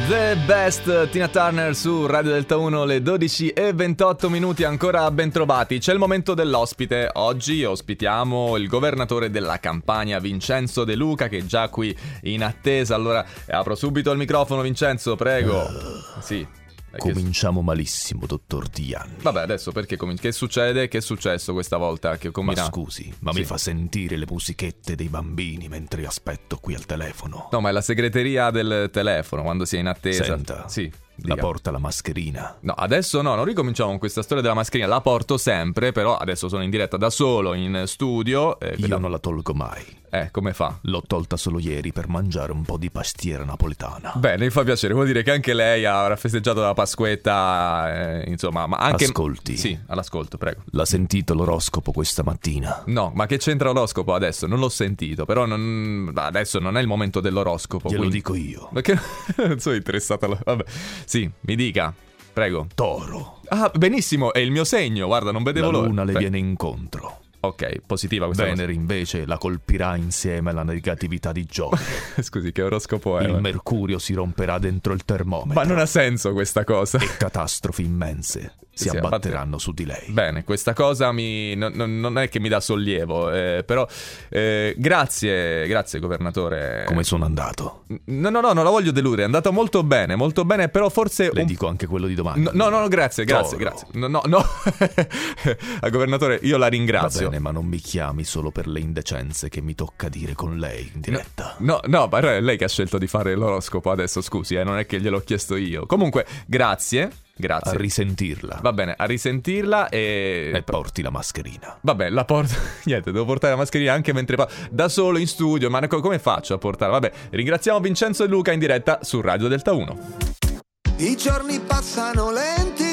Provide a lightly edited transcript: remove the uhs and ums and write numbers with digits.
The Best, Tina Turner su Radio Delta 1, le 12:28, ancora ben trovati. C'è il momento dell'ospite. Oggi ospitiamo il governatore della Campania, Vincenzo De Luca, che è già qui in attesa. Allora apro subito il microfono, Vincenzo, prego. Sì. Cominciamo malissimo, dottor Dian. Vabbè, adesso perché che succede? Che è successo questa volta? Ma scusi, Sì. mi fa sentire le musichette dei bambini mentre aspetto qui al telefono. No, ma è la segreteria del telefono, quando si è in attesa. Senta, Sì. la porta la mascherina. No, adesso no, non ricominciamo con questa storia della mascherina. La porto sempre, però adesso sono in diretta da solo in studio. Io non la tolgo mai. Come fa? L'ho tolta solo ieri per mangiare un po' di pastiera napoletana. Bene, mi fa piacere, vuol dire che anche lei avrà festeggiato la Pasquetta, insomma, ma anche... Ascolti. Sì, all'ascolto, prego. L'ha sentito l'oroscopo questa mattina? No, ma che c'entra l'oroscopo adesso? Non l'ho sentito, però adesso non è il momento dell'oroscopo. Glielo quindi... dico io. Perché non sono interessato Vabbè, sì, mi dica, prego. Toro. Ah, benissimo, è il mio segno, guarda, non vedevo l'ora. La luna le viene incontro. Ok, positiva questa Venere invece la colpirà insieme alla negatività di Giove. Scusi, che oroscopo è? Il mercurio si romperà dentro il termometro. Ma non ha senso questa cosa. E catastrofi immense si abbatteranno su di lei. Bene, questa cosa non è che mi dà sollievo, però grazie governatore. Come sono andato? No, non la voglio deludere, è andato molto bene, però forse... Le dico anche quello di domani. No, grazie. No. Al governatore io la ringrazio. Va bene, ma non mi chiami solo per le indecenze che mi tocca dire con lei in diretta. No, ma è lei che ha scelto di fare l'oroscopo adesso, scusi, non è che gliel'ho chiesto io. Comunque, grazie. A risentirla. Va bene, a risentirla e porti la mascherina. Vabbè, la porto. Niente, devo portare la mascherina anche mentre da solo in studio. Ma come faccio a portarla? Vabbè, ringraziamo Vincenzo e Luca in diretta su Radio Delta 1. I giorni passano lenti